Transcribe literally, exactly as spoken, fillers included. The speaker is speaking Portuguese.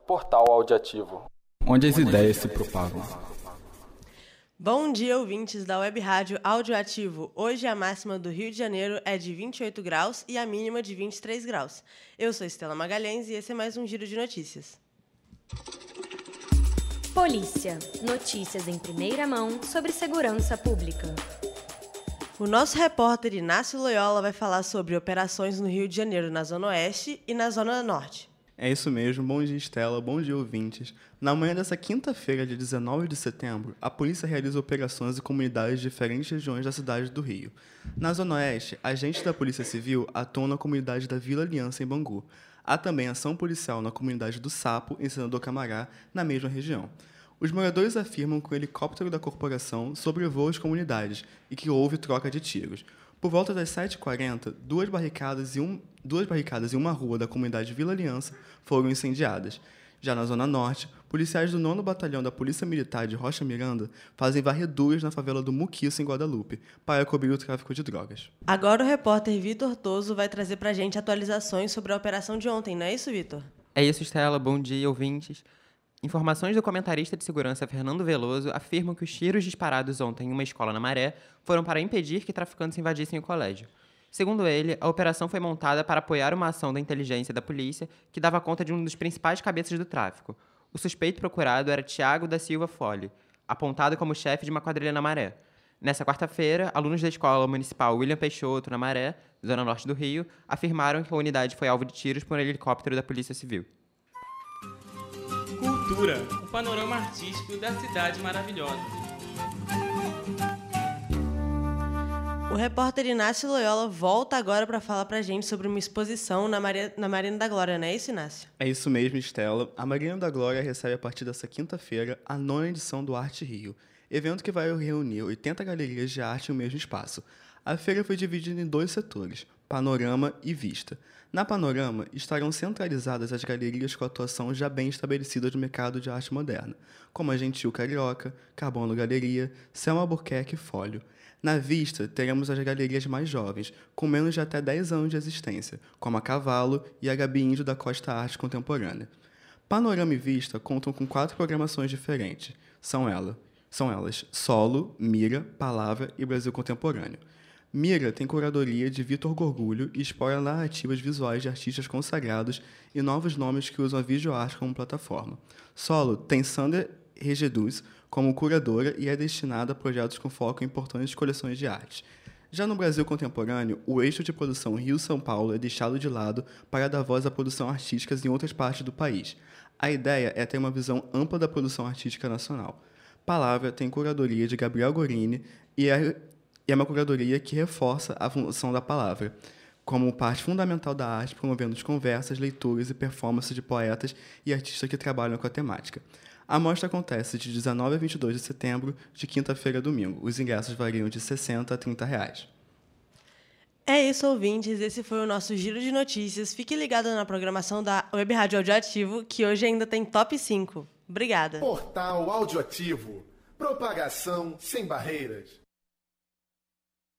Portal Audiativo, onde as ideias se propagam. Bom dia, ouvintes da Web Rádio Audioativo. Hoje a máxima do Rio de Janeiro é de vinte e oito graus e a mínima de vinte e três graus. Eu sou Estela Magalhães e esse é mais um Giro de Notícias. Polícia. Notícias em primeira mão sobre segurança pública. O nosso repórter Inácio Loyola vai falar sobre operações no Rio de Janeiro na Zona Oeste e na Zona Norte. É isso mesmo, bom dia Estela, bom dia ouvintes. Na manhã dessa quinta-feira, dia dezenove de setembro, a polícia realiza operações em comunidades de diferentes regiões da cidade do Rio. Na Zona Oeste, agentes da Polícia Civil atuam na comunidade da Vila Aliança, em Bangu. Há também ação policial na comunidade do Sapo, em Senador Camará, na mesma região. Os moradores afirmam que o helicóptero da corporação sobrevoa as comunidades e que houve troca de tiros. Por volta das sete e quarenta, duas barricadas e, um, duas barricadas e uma rua da comunidade Vila Aliança foram incendiadas. Já na Zona Norte, policiais do nono Batalhão da Polícia Militar de Rocha Miranda fazem varreduras na favela do Muquiço, em Guadalupe, para cobrir o tráfico de drogas. Agora o repórter Vitor Toso vai trazer pra gente atualizações sobre a operação de ontem, não é isso, Vitor? É isso, Estela. Bom dia, ouvintes. Informações do comentarista de segurança Fernando Veloso afirmam que os tiros disparados ontem em uma escola na Maré foram para impedir que traficantes invadissem o colégio. Segundo ele, a operação foi montada para apoiar uma ação da inteligência da polícia que dava conta de um dos principais cabeças do tráfico. O suspeito procurado era Tiago da Silva Fole, apontado como chefe de uma quadrilha na Maré. Nessa quarta-feira, alunos da Escola Municipal William Peixoto, na Maré, zona norte do Rio, afirmaram que a unidade foi alvo de tiros por um helicóptero da Polícia Civil. Cultura, o panorama artístico da cidade maravilhosa. O repórter Inácio Loyola volta agora para falar para a gente sobre uma exposição na, Maria, na Marina da Glória, não é isso, Inácio? É isso mesmo, Estela. A Marina da Glória recebe a partir dessa quinta-feira a nona edição do Arte Rio, evento que vai reunir oitenta galerias de arte no mesmo espaço. A feira foi dividida em dois setores, Panorama e Vista. Na Panorama, estarão centralizadas as galerias com atuação já bem estabelecida do mercado de arte moderna, como a Gentil Carioca, Carbono Galeria, Selma Albuquerque e Fólio. Na Vista, teremos as galerias mais jovens, com menos de até dez anos de existência, como a Cavalo e a Gabi Índio da Costa Arte Contemporânea. Panorama e Vista contam com quatro programações diferentes. São, ela, são elas Solo, Mira, Palavra e Brasil Contemporâneo. Mira tem curadoria de Vitor Gorgulho e explora narrativas visuais de artistas consagrados e novos nomes que usam a videoarte como plataforma. Solo tem Sander Regedus como curadora e é destinada a projetos com foco em importantes coleções de arte. Já no Brasil Contemporâneo, o eixo de produção Rio-São Paulo é deixado de lado para dar voz a produção artísticas em outras partes do país. A ideia é ter uma visão ampla da produção artística nacional. Palavra tem curadoria de Gabriel Gorini e é E é uma curadoria que reforça a função da palavra, como parte fundamental da arte, promovendo as conversas, leituras e performances de poetas e artistas que trabalham com a temática. A mostra acontece de dezenove a vinte e dois de setembro, de quinta-feira a domingo. Os ingressos variam de sessenta a trinta reais. É isso, ouvintes. Esse foi o nosso Giro de Notícias. Fique ligado na programação da Web Rádio Audioativo, que hoje ainda tem Top cinco. Obrigada. Portal Audioativo. Propagação sem barreiras.